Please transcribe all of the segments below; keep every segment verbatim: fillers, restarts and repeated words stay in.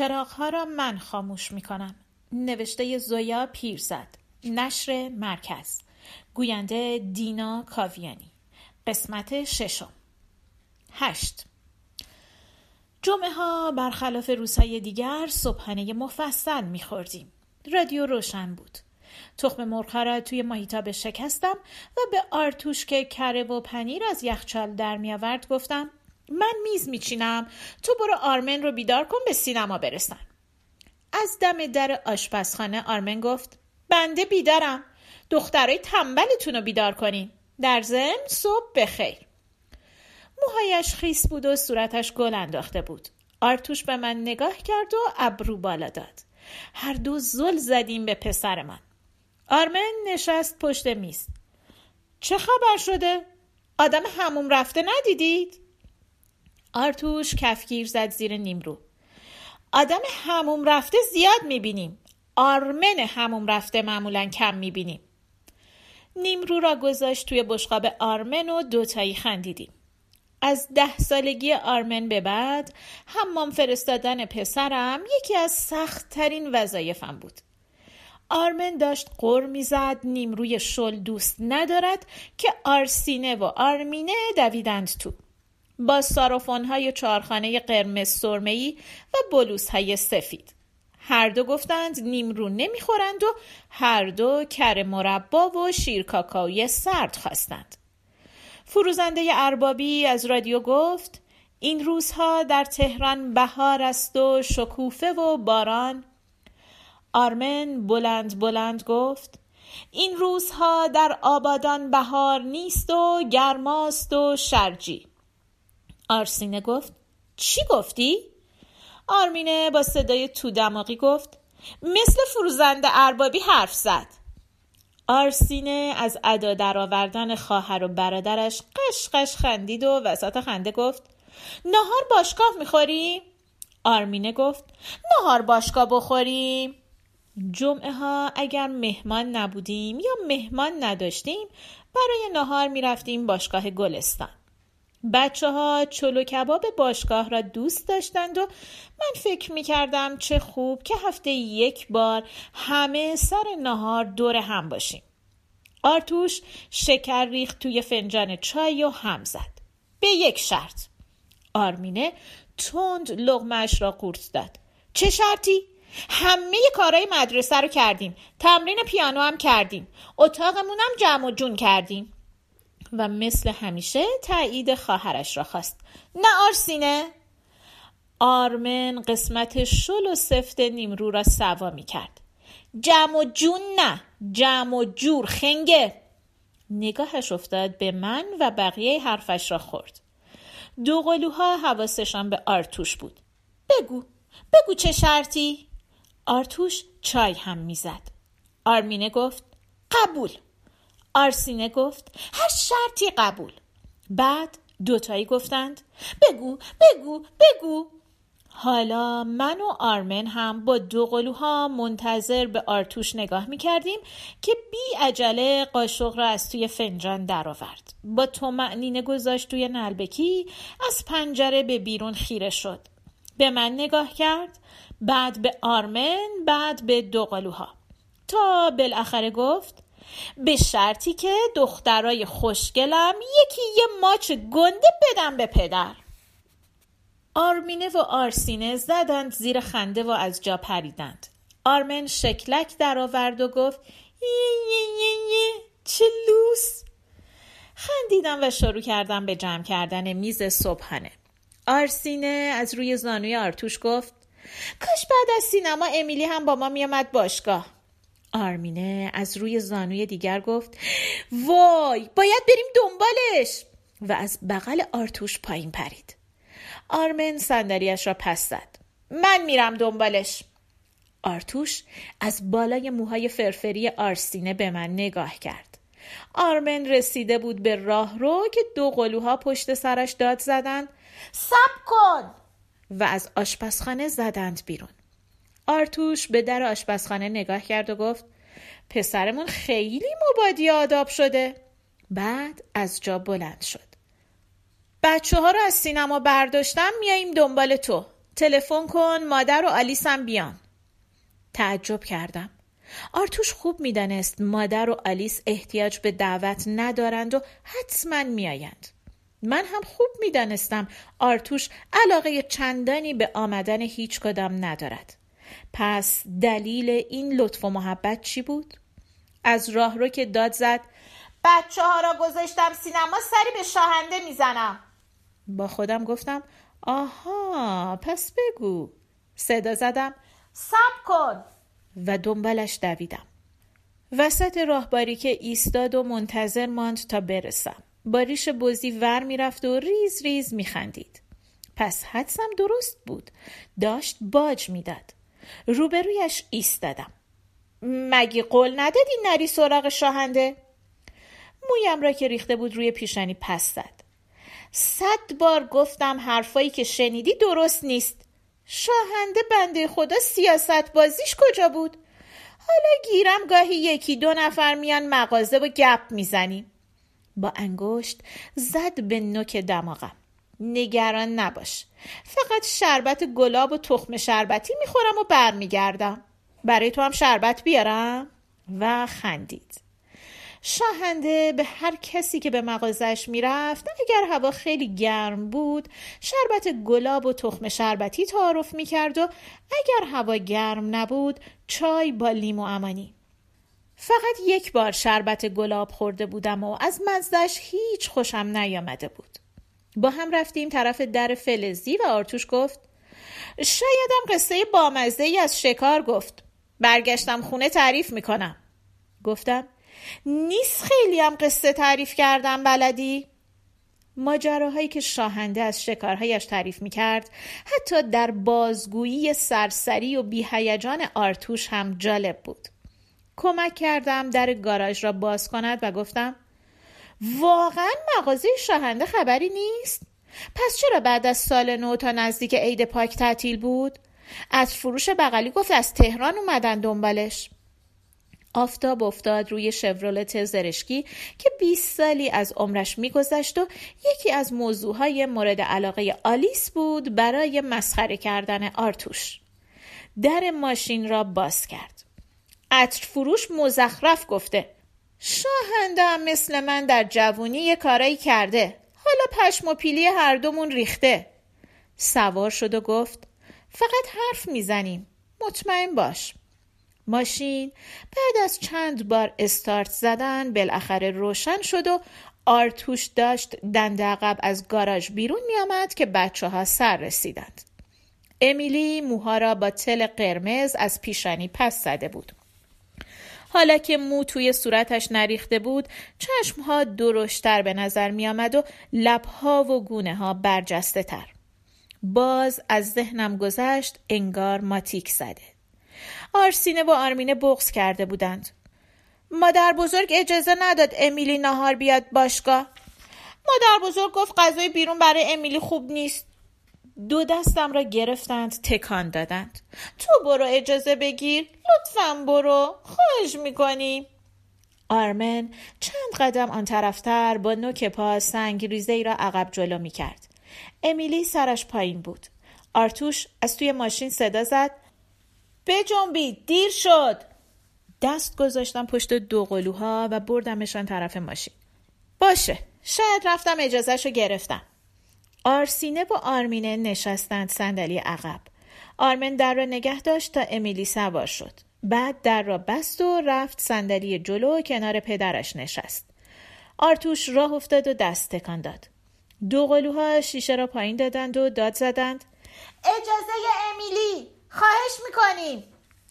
چراغ‌ها را من خاموش می‌کنم. نوشته زویا پیرزاد. نشر مرکز. گوینده دینا کاویانی. قسمت ششم. هشت. جمعه ها برخلاف روزهای دیگر صبحانه مفصل می‌خوردیم. رادیو روشن بود. تخم مرغ را توی ماهیتابه شکستم و به آرتوش که کره و پنیر از یخچال در می‌آورد گفتم من میز میچینم، تو برو آرمن رو بیدار کن به سینما برسن. از دم در آشپزخانه آرمن گفت بنده بیدارم، دخترای تنبلتون رو بیدار کنین. در ضمن صبح بخیر. موهایش خیس بود و صورتش گل انداخته بود. آرتوش به من نگاه کرد و ابرو بالا داد. هر دو زل زدیم به پسر من. آرمن نشست پشت میز. چه خبر شده؟ آدم حموم رفته ندیدید؟ آرتوش کفگیر زد زیر نیمرو. آدم حموم رفته زیاد میبینیم. آرمن حموم رفته معمولاً کم میبینیم. نیمرو را گذاشت توی بشقاب آرمن و دوتایی خندیدیم. از ده سالگی آرمن به بعد حمام فرستادن پسرم یکی از سخت ترین وظایفم بود. آرمن داشت غر میزد نیمروی شل دوست ندارد که آرسینه و آرمینه دویدند تو. با ساروفون‌های چهارخانه قرمز سرمه‌ای و بلوزهای سفید. هر دو گفتند نیمرو نمیخورند و هر دو کره مربا و شیر کاکائوی سرد خواستند. فروزنده اربابی از رادیو گفت این روزها در تهران بهار است و شکوفه و باران. آرمن بلند بلند گفت این روزها در آبادان بهار نیست و گرماست و شرجی. آرسینه گفت چی گفتی؟ آرمینه با صدای تو دماغی گفت مثل فروزنده اربابی حرف زد. آرسینه از ادا در آوردن خواهر و برادرش قش قش خندید و وسط خنده گفت نهار باشگاه میخوریم؟ آرمینه گفت نهار باشگاه بخوریم. جمعه ها اگر مهمان نبودیم یا مهمان نداشتیم برای نهار میرفتیم باشگاه گلستان. بچه ها چلو کباب باشگاه را دوست داشتند و من فکر می کردم چه خوب که هفته یک بار همه سر نهار دور هم باشیم. آرتوش شکر ریخت توی فنجان چای و هم زد. به یک شرط. آرمینه تند لقمه‌اش را قورت داد. چه شرطی؟ همه کارهای مدرسه رو کردیم. تمرین پیانو هم کردیم. اتاقمون هم جمع و جون کردیم. و مثل همیشه تایید خواهرش را خواست. نه آرسینه. آرمن قسمت شل و سفت نیمرو را سوا می کرد. جمع و جون نه، جمع و جور خنگه. نگاهش افتاد به من و بقیه حرفش را خورد. دو قلوها حواسشان به آرتوش بود. بگو، بگو چه شرطی؟ آرتوش چای هم می زد. آرمینه گفت قبول. آرسینه گفت هر شرطی قبول. بعد دوتایی گفتند بگو بگو بگو. حالا من و آرمن هم با دو قلوها منتظر به آرتوش نگاه میکردیم که بی عجله قاشق را از توی فنجان در آورد. با طمأنینه گذاشت توی نلبکی، از پنجره به بیرون خیره شد. به من نگاه کرد، بعد به آرمن، بعد به دو قلوها، تا بالاخره گفت به شرطی که دخترای خوشگلم یکی یه ماچ گنده بدم به پدر. آرمینه و آرسینه زدند زیر خنده و از جا پریدند. آرمن شکلک در آورد و گفت یه یه یه یه چه لوس. خندیدم و شروع کردم به جمع کردن میز صبحانه. آرسینه از روی زانوی آرتوش گفت کاش بعد از سینما امیلی هم با ما میامد باشگاه. آرمینه از روی زانوی دیگر گفت وای باید بریم دنبالش و از بغل آرتوش پایین پرید. آرمن صندلی‌اش را پس زد. من میرم دنبالش. آرتوش از بالای موهای فرفری آرسینه به من نگاه کرد. آرمن رسیده بود به راه رو که دو قلوها پشت سرش داد زدند صبر کن و از آشپزخانه زدند بیرون. آرتوش به در آشپزخانه نگاه کرد و گفت پسرمون خیلی مبادی آداب شده. بعد از جا بلند شد. بچه ها رو از سینما برداشتم، میاییم دنبال تو. تلفن کن مادر و آلیسم بیان. تعجب کردم. آرتوش خوب میدانست مادر و آلیس احتیاج به دعوت ندارند و حتما میآیند. من هم خوب میدانستم آرتوش علاقه چندانی به آمدن هیچ کدام ندارد. پس دلیل این لطف و محبت چی بود؟ از راهرو که داد زد بچه ها را گذاشتم سینما، سری به شاهنده میزنم. با خودم گفتم آها پس بگو. صدا زدم صبر کن و دنبالش دویدم. وسط راهباری که ایستاد و منتظر ماند تا برسم. با ریش بزی ور میرفت و ریز ریز میخندید. پس حدسم درست بود. داشت باج میداد. روبرویش ایستادم. مگه قول ندادی نری سراغ شاهنده؟ مویم را که ریخته بود روی پیشانی پس زد. صد بار گفتم حرفایی که شنیدی درست نیست. شاهنده بنده خدا سیاست بازیش کجا بود؟ حالا گیرم گاهی یکی دو نفر میان مغازه و گپ میزنیم. با انگشت زد به نوک دماغم. نگران نباش. فقط شربت گلاب و تخم شربتی میخورم و برمیگردم. برای تو هم شربت بیارم؟ و خندید. شاهنده به هر کسی که به مغازش میرفت اگر هوا خیلی گرم بود شربت گلاب و تخم شربتی تعارف میکرد و اگر هوا گرم نبود چای با لیمو امانی. فقط یک بار شربت گلاب خورده بودم و از مزهش هیچ خوشم نیامده بود. با هم رفتیم طرف در فلزی و آرتوش گفت شایدم قصه بامزه ای از شکار گفت. برگشتم خونه تعریف میکنم. گفتم نیست خیلی هم قصه تعریف کردم بلدی؟ ماجراهایی که شاهنده از شکارهایش تعریف میکرد حتی در بازگویی سرسری و بی‌هیجان آرتوش هم جالب بود. کمک کردم در گاراژ را باز کند و گفتم واقعا مغازه شاهنده خبری نیست؟ پس چرا بعد از سال نو تا نزدیک عید پاک تعطیل بود؟ از فروش بغلی گفت از تهران اومدن دنبالش. آفتاب افتاد روی شورولت زرشکی که بیست سالی از عمرش میگذشت و یکی از موضوعهای مورد علاقه آلیس بود برای مسخره کردن آرتوش. در ماشین را باز کرد. عطر فروش مزخرف گفته. شاهنده هم مثل من در جوونی یه کارایی کرده. حالا پشم و پیلی هر دومون ریخته. سوار شد و گفت فقط حرف میزنیم. مطمئن باش. ماشین بعد از چند بار استارت زدن بالاخره روشن شد و آرتوش داشت دنده عقب از گاراژ بیرون می آمد که بچه ها سر رسیدند. امیلی موها را با تل قرمز از پیشانی پس زده بود. حالا که مو توی صورتش نریخته بود چشمها درشتر به نظر می آمد و لبها و گونه ها برجسته تر. باز از ذهنم گذشت انگار ماتیک زده. آرسینه و آرمینه بغض کرده بودند. مادر بزرگ اجازه نداد امیلی نهار بیاد باشگاه. مادر بزرگ گفت غذای بیرون برای امیلی خوب نیست. دو دستم را گرفتند تکان دادند. تو برو اجازه بگیر. لطفاً برو. خواهش میکنی. آرمن چند قدم آن طرفتر با نوک پا سنگ ریزه‌ای را عقب جلو میکرد. امیلی سرش پایین بود. آرتوش از توی ماشین صدا زد بجنبید دیر شد. دست گذاشتم پشت دو قلوها و بردمشان طرف ماشین. باشه شاید رفتم اجازهشو گرفتم. آرسینه و آرمینه نشستند صندلی عقب. آرمن در را نگه داشت تا امیلی سوار شد. بعد در را بست و رفت صندلی جلو کنار پدرش نشست. آرتوش راه افتاد و دست تکان داد. دو قلوها شیشه را پایین دادند و داد زدند اجازه امیلی خواهش میکنیم.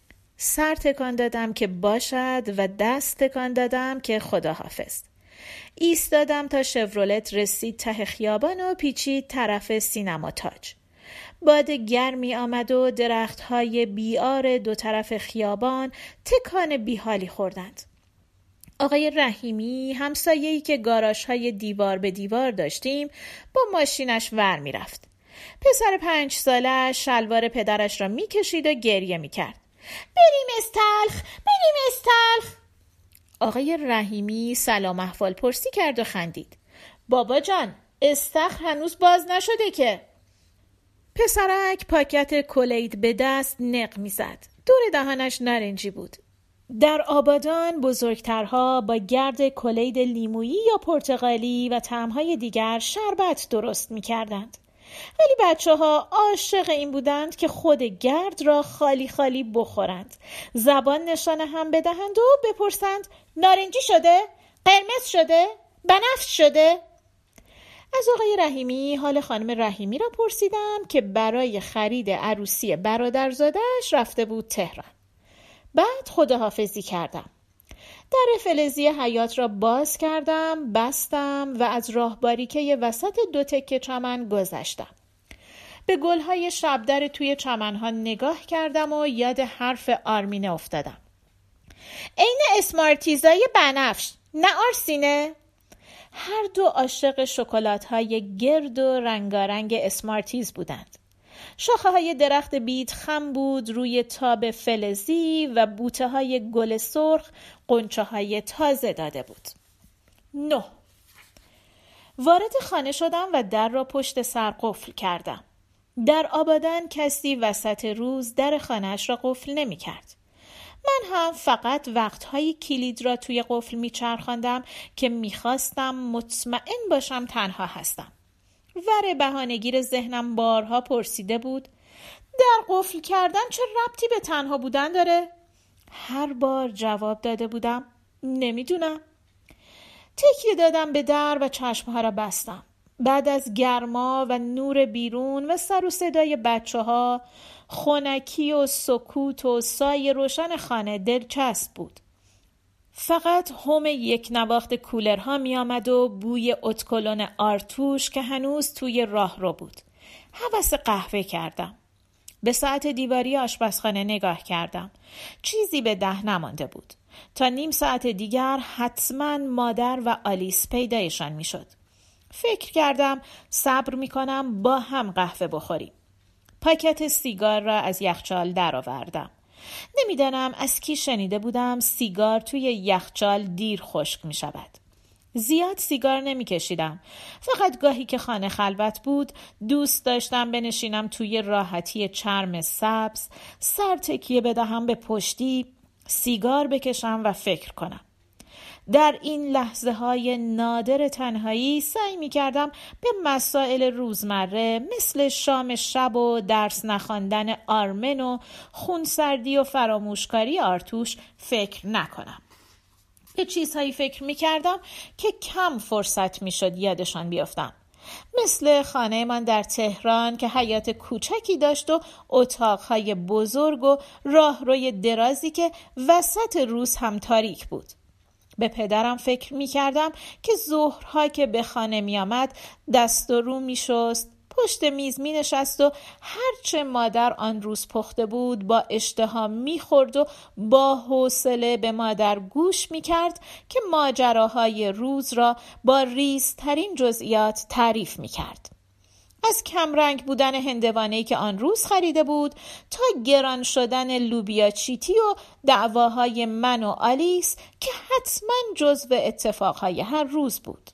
سر تکان دادم که باشد و دست تکان دادم که خداحافظ. ایستادم تا شورولت رسید ته خیابان و پیچید طرف سینما تاج. باد گرمی آمد و درختهای بیار دو طرف خیابان تکان بیحالی خوردند. آقای رحیمی همسایه‌ای که گاراژهای دیوار به دیوار داشتیم با ماشینش ور می رفت. پسر پنج ساله شلوار پدرش را می کشید و گریه می کرد. بریم استلخ، بریم استلخ. آقای رحیمی سلام احوال پرسی کرد و خندید. بابا جان، استخر هنوز باز نشده که. پسرک پاکت کلید به دست نق میزد. دور دهانش نارنجی بود. در آبادان بزرگترها با گرد کلید لیمویی یا پرتقالی و طعمهای دیگر شربت درست میکردند. ولی بچه ها عاشق این بودند که خود گرد را خالی خالی بخورند، زبان نشانه هم بدهند و بپرسند نارنجی شده؟ قرمز شده؟ بنفش شده؟ از آقای رحیمی حال خانم رحیمی را پرسیدم که برای خرید عروسی برادرزاده‌اش رفته بود تهران. بعد خداحافظی کردم. در فلزی حیاط را باز کردم، بستم و از راه باریکه وسط دو تکه چمن گذشتم. به گلهای شبدر توی چمنها نگاه کردم و یاد حرف آرمینه افتادم. عین اسمارتیزای بنفش، نه آرسینه؟ هر دو عاشق شکلات‌های گرد و رنگارنگ اسمارتیز بودند. شاخه های درخت بید خم بود روی تاب فلزی و بوته های گل سرخ قنچه های تازه داده بود. نه. وارد خانه شدم و در را پشت سر قفل کردم. در آبادان کسی وسط روز در خانه‌اش را قفل نمی کرد. من هم فقط وقتهای کلید را توی قفل می چرخاندم که می خواستم مطمئن باشم تنها هستم. ور بهانه‌گیر ذهنم بارها پرسیده بود در قفل کردن چه ربطی به تنها بودن داره؟ هر بار جواب داده بودم نمیدونم. تکیه دادم به در و چشمها را بستم. بعد از گرما و نور بیرون و سر و صدای بچه ها، خنکی و سکوت و سایه روشن خانه دلچسب بود. فقط هم یک نواخت کولرها می آمد و بوی اتکلون آرتوش که هنوز توی راه رو بود. هوس قهوه کردم. به ساعت دیواری آشپزخانه نگاه کردم. چیزی به ده نمانده بود. تا نیم ساعت دیگر حتما مادر و آلیس پیدایشان می شد. فکر کردم صبر می کنم با هم قهوه بخوریم. پاکت سیگار را از یخچال درآوردم. نمیدانم از کی شنیده بودم سیگار توی یخچال دیر خشک می شود. زیاد سیگار نمی کشیدم. فقط گاهی که خانه خلوت بود دوست داشتم بنشینم توی راحتی چرم سبز، سر تکیه بدهم به پشتی، سیگار بکشم و فکر کنم. در این لحظه های نادر تنهایی سعی می کردم به مسائل روزمره مثل شام شب و درس نخواندن آرمن و خونسردی و فراموشکاری آرتوش فکر نکنم. به چیزهایی فکر می کردم که کم فرصت می شد یادشان بیافتم. مثل خانه من در تهران که حیاط کوچکی داشت و اتاقهای بزرگ و راهروی درازی که وسط روز هم تاریک بود. به پدرم فکر می کردم که ظهرها که به خانه می آمد دست و رو می شست، پشت میز می نشست و هرچه مادر آن روز پخته بود با اشتها می خورد و با حوصله به مادر گوش می کرد که ماجراهای روز را با ریزترین جزئیات تعریف می کرد. از کمرنگ بودن هندوانه‌ای که آن روز خریده بود تا گران شدن لوبیا چیتی و دعواهای من و آلیس که حتما جزو اتفاقهای هر روز بود.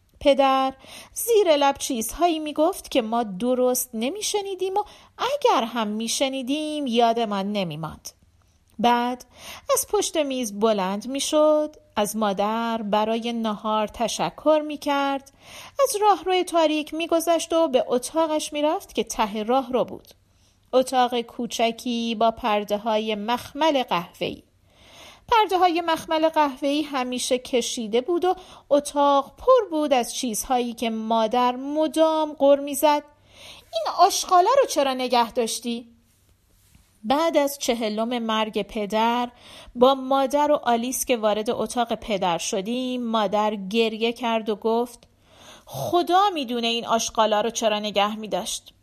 پدر زیر لب چیزهایی می گفت که ما درست نمی شنیدیم و اگر هم می شنیدیم یادمان نمی ماند. بعد از پشت میز بلند می شد، از مادر برای نهار تشکر می کرد، از راهروی تاریک می گذشت و به اتاقش می رفت که ته راه رو بود. اتاق کوچکی با پرده های مخمل قهوه‌ای. پرده های مخمل قهوه‌ای همیشه کشیده بود و اتاق پر بود از چیزهایی که مادر مدام غر می زد. این آشغاله رو چرا نگه داشتی؟ بعد از چهلم مرگ پدر با مادر و آلیس که وارد اتاق پدر شدیم مادر گریه کرد و گفت خدا میدونه این آشغالا رو چرا نگه می داشت.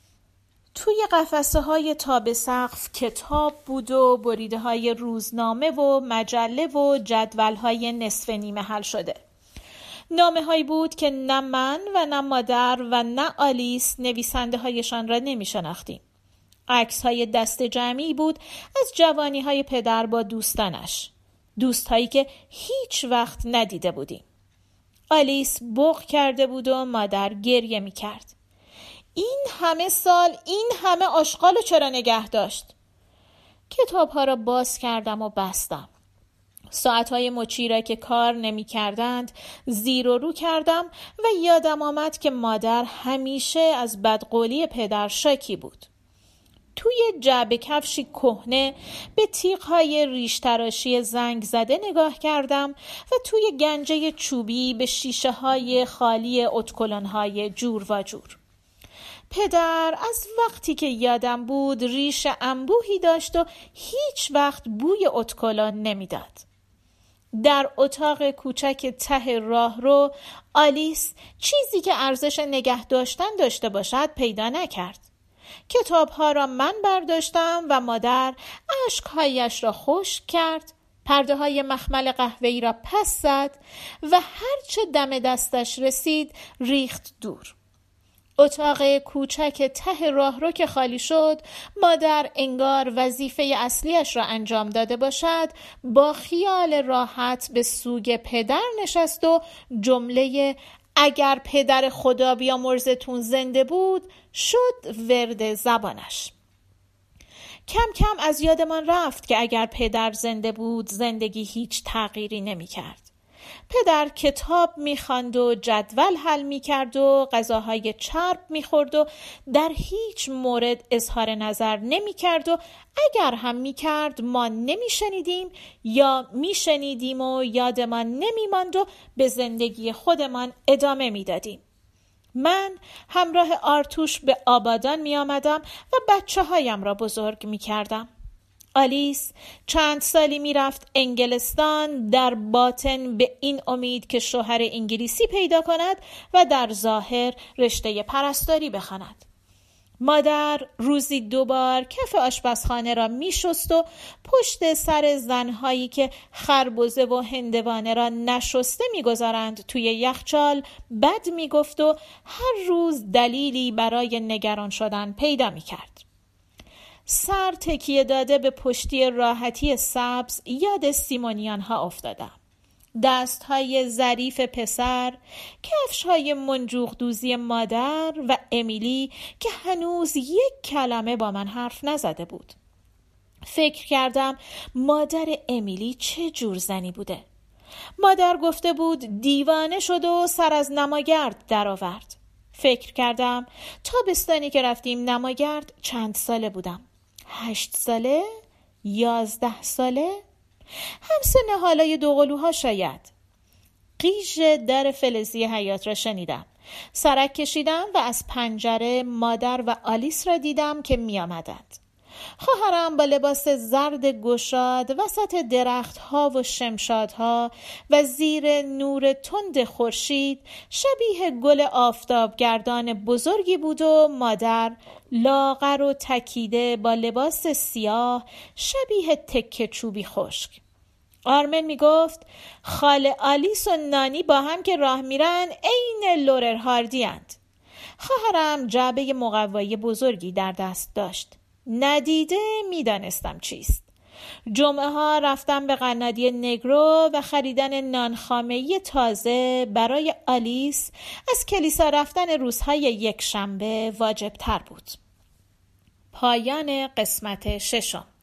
توی قفسه های تاب سقف کتاب بود و بریده های روزنامه و مجله و جدول های نصف نیمه حل شده. نامه هایی بود که نه من و نه مادر و نه آلیس نویسنده هایشان را نمی شناختیم. عکس های دست جمعی بود از جوانی های پدر با دوستانش، دوست هایی که هیچ وقت ندیده بودیم. آلیس بغ کرده بود و مادر گریه می کرد. این همه سال این همه آشغالو چرا نگه داشت؟ کتابها را باز کردم و بستم. ساعتهای مچی را که کار نمی کردند زیر و رو کردم و یادم آمد که مادر همیشه از بدقولی پدر شاکی بود. توی جعبه کفشی کهنه به تیغ‌های ریش تراشی زنگ زده نگاه کردم و توی گنجه چوبی به شیشه‌های خالی اتکلون‌های جور و جور. پدر از وقتی که یادم بود ریش انبوهی داشت و هیچ وقت بوی اتکلون نمیداد. در اتاق کوچک ته راهرو آلیس چیزی که ارزش نگه داشتن داشته باشد پیدا نکرد. کتابها را من برداشتم و مادر اشکهایش را خشک کرد، پرده های مخمل قهوه‌ای را پس زد و هرچه دم دستش رسید ریخت دور. اتاق کوچک ته راهرو که خالی شد، مادر انگار وظیفه اصلیش را انجام داده باشد با خیال راحت به سوگ پدر نشست و جمله اگر پدر خدا بیامرزتون زنده بود شد ورد زبانش. کم کم از یادمان رفت که اگر پدر زنده بود زندگی هیچ تغییری نمی کرد. پدر کتاب می‌خواند و جدول حل می‌کرد و غذاهای چرب می‌خورد و در هیچ مورد اظهار نظر نمی‌کرد و اگر هم می‌کرد ما نمی‌شنیدیم یا می‌شنیدیم و یادمان نمی‌ماند و به زندگی خودمان ادامه می‌دادیم. من همراه آرتوش به آبادان می‌آمدم و بچه‌هایم را بزرگ می‌کردم. آلیس چند سالی می رفت انگلستان در باطن به این امید که شوهر انگلیسی پیدا کند و در ظاهر رشته پرستاری بخواند. مادر روزی دوبار کف آشپزخانه را می شست و پشت سر زنهایی که خربزه و هندوانه را نشسته می گذارند توی یخچال بد می گفت و هر روز دلیلی برای نگران شدن پیدا می کرد. سر تکیه داده به پشتی راحتی سبز یاد سیمونیان ها افتادم. دست های ظریف پسر، کفش های منجوق دوزی مادر و امیلی که هنوز یک کلمه با من حرف نزده بود. فکر کردم مادر امیلی چه جور زنی بوده. مادر گفته بود دیوانه شد و سر از نماگرد در آورد. فکر کردم تابستانی که رفتیم نماگرد چند ساله بودم؟ هشت ساله؟ یازده ساله؟ همسن حالای دوقلوها شاید. قیژ در فلزی حیاط را شنیدم. سرک کشیدم و از پنجره مادر و آلیس را دیدم که می آمدند. خواهرم با لباس زرد گشاد وسط درختها و شمشادها و زیر نور تند خورشید شبیه گل آفتابگردان بزرگی بود و مادر لاغر و تکیده با لباس سیاه شبیه تکه چوبی خشک. آرمن می گفت خاله آلیس و نانی با هم که راه میرن عین لورر هاردی اند. خواهرم جعبه مقوایی بزرگی در دست داشت. ندیده میدانستم چیست. جمعه ها رفتم به قنادی نگرو و خریدن نانخامه‌ای تازه برای آلیس از کلیسا رفتن روزهای یک شنبه واجب تر بود. پایان قسمت ششم.